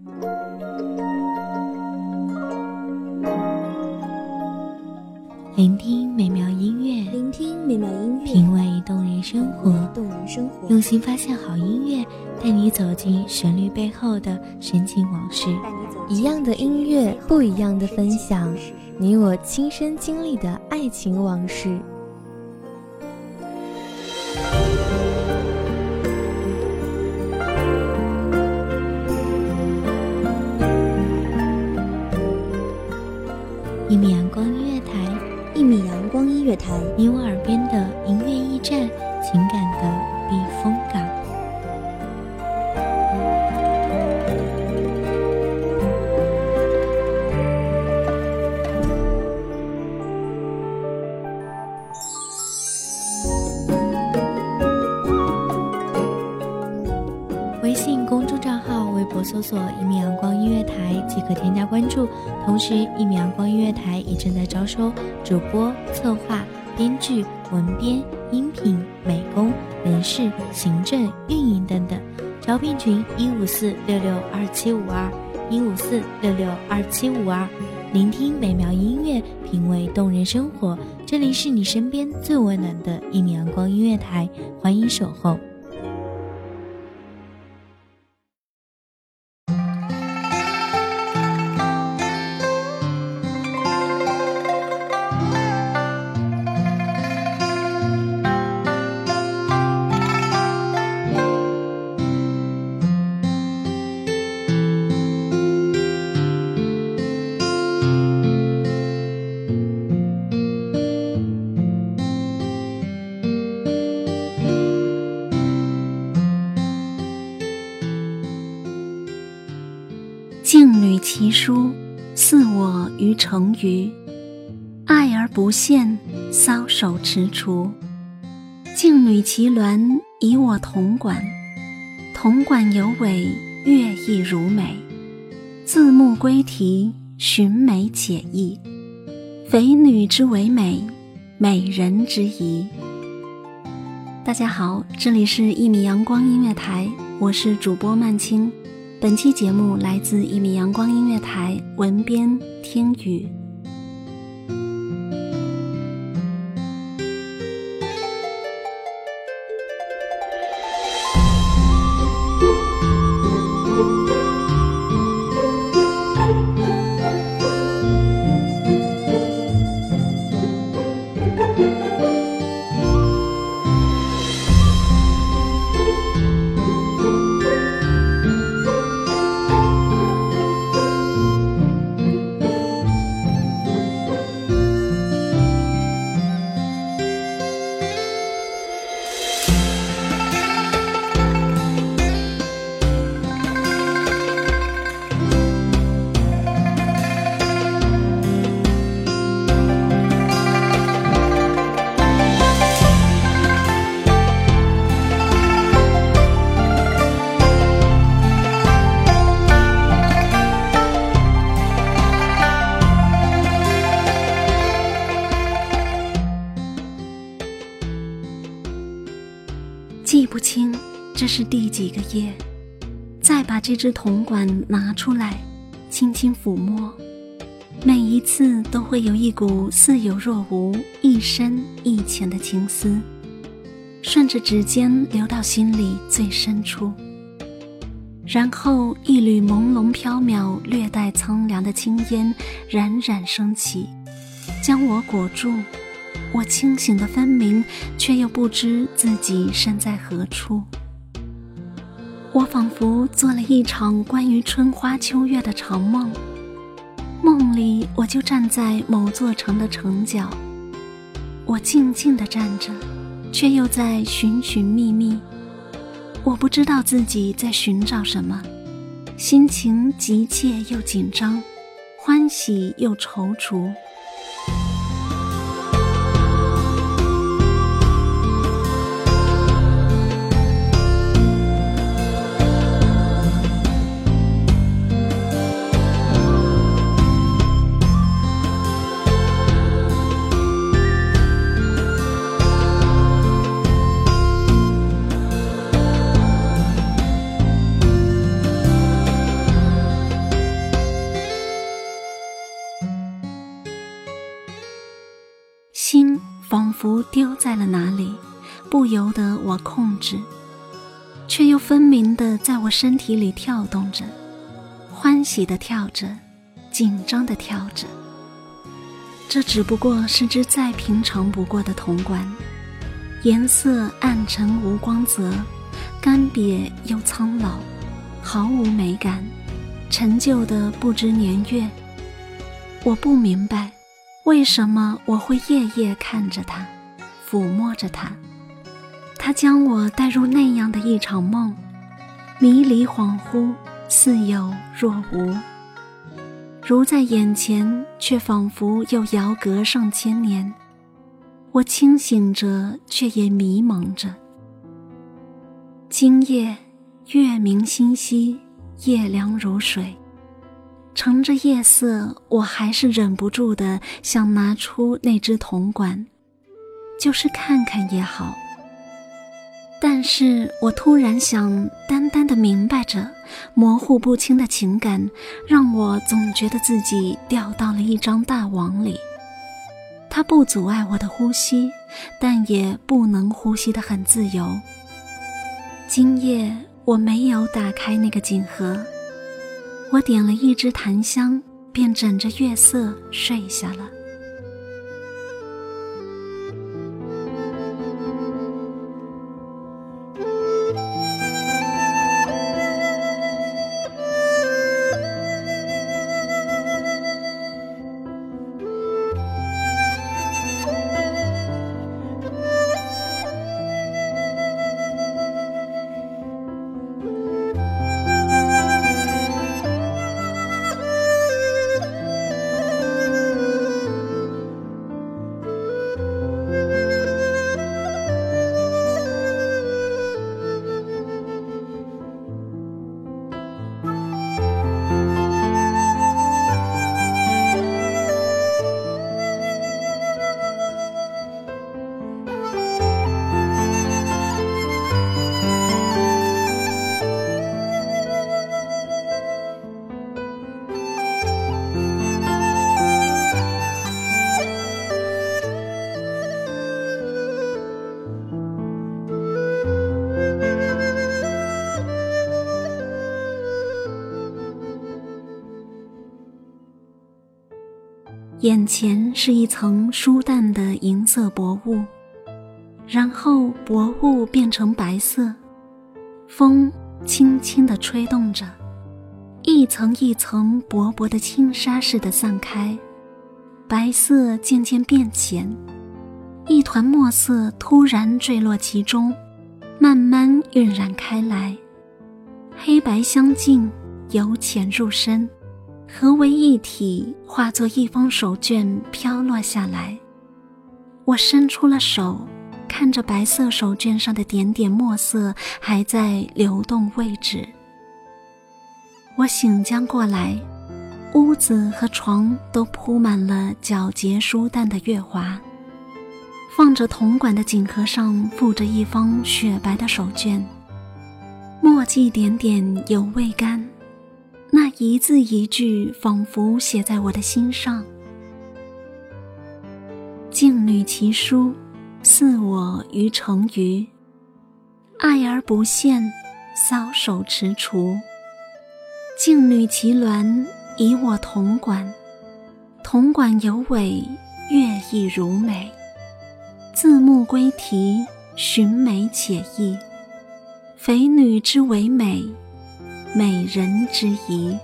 聆听美妙音乐，品味动人生活，用心发现好音乐，带你走进旋律背后的深情往事。 一样的音乐，不一样的分享，你我亲身经历的爱情往事。 一米阳光音乐台， 一米阳光音乐台， 你我耳边的音乐驿站，情感的避风港。微信公众账号、微博搜索“一米阳光音乐台”即可添加关注。同时，一米阳光音乐台已正在招收主播、策划、编剧、文编、音频、美工、人事、行政、运营等等。招聘群154662752，154662752。聆听美妙音乐，品味动人生活。这里是你身边最温暖的一米阳光音乐台，欢迎守候。 静履其书，似我于成鱼。爱而不现，搔首踟蹰。静履其鸾，以我铜管。铜管有尾，乐亦如美。自牧归啼，寻美且意。肥女之为美，美人之宜。大家好，这里是一米阳光音乐台，我是主播曼青。本期节目来自一米阳光音乐台，文编听雨。记不清这是第几个夜，再把这只铜管拿出来，轻轻抚摸，每一次都会有一股似有若无、一深一浅的情思，顺着指尖流到心里最深处。然后一缕朦胧飘渺、略带苍凉的青烟冉冉升起，将我裹住。我清醒的分明，却又不知自己身在何处。我仿佛做了一场关于春花秋月的长梦，梦里我就站在某座城的城角，我静静地站着，却又在寻寻觅觅。我不知道自己在寻找什么，心情急切又紧张，欢喜又踌躇。 佛丢在了哪里，不由得我控制，却又分明地在我身体里跳动着，欢喜地跳着，紧张地跳着。这只不过是只再平常不过的铜管，颜色暗沉无光泽，干瘪又苍老，毫无美感，陈旧的不知年月。我不明白为什么我会夜夜看着它，抚摸着它。它将我带入那样的一场梦，迷离恍惚，似有若无，如在眼前，却仿佛又遥隔上千年。我清醒着，却也迷蒙着。今夜月明星稀，夜凉如水，乘着夜色，我还是忍不住地想拿出那只铜管，就是看看也好。但是我突然想，单单地明白着模糊不清的情感，让我总觉得自己掉到了一张大网里。它不阻碍我的呼吸，但也不能呼吸得很自由。今夜我没有打开那个锦盒，我点了一支檀香，便枕着月色睡下了。眼前是一层疏淡的银色薄雾，然后薄雾变成白色，风轻轻地吹动着，一层一层薄薄的轻纱似的散开，白色渐渐变浅，一团墨色突然坠落其中，慢慢晕染开来，黑白相近，由浅入深，合为一体，化作一封手卷飘落下来。我伸出了手，看着白色手卷上的点点墨色还在流动未止。我醒将过来，屋子和床都铺满了皎洁疏淡的月华，放着铜管的锦盒上附着一方雪白的手卷，墨迹点点犹未干，那一字一句仿佛写在我的心上。静女其书，似我于成鱼，爱而不现，搔首踟蹰。静女其鸾，以我铜管，铜管有尾，月意如美，字目归题，寻美且意，肥女之为美，美人之仪。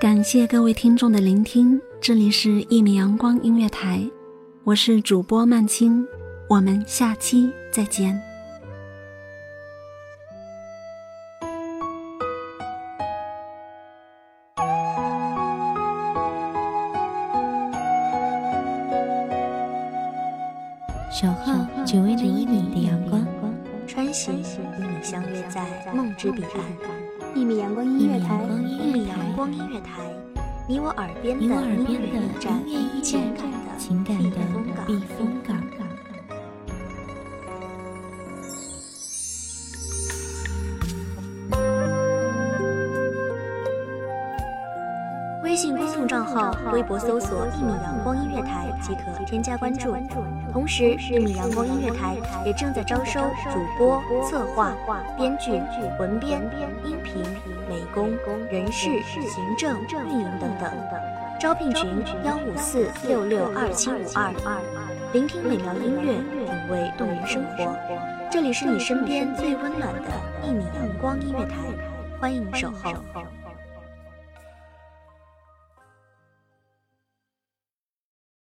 感谢各位听众的聆听，这里是一米阳光音乐台，我是主播曼青，我们下期再见。 守候只为那1米的阳光， 穿行与你相约在梦之彼岸。一米阳光音乐台，一米阳光音乐台，你我耳边的音乐驿站， 情感的避风港。 微信公众账号、微博搜索“一米阳光音乐台”即可添加关注。同时，一米阳光音乐台也正在招收主播、策划、编剧、文编、音频、美工、人事、行政、运营等等。招聘群154662752。聆听美妙音乐，品味动人生活。这里是你身边最温暖的一米阳光音乐台，欢迎守候。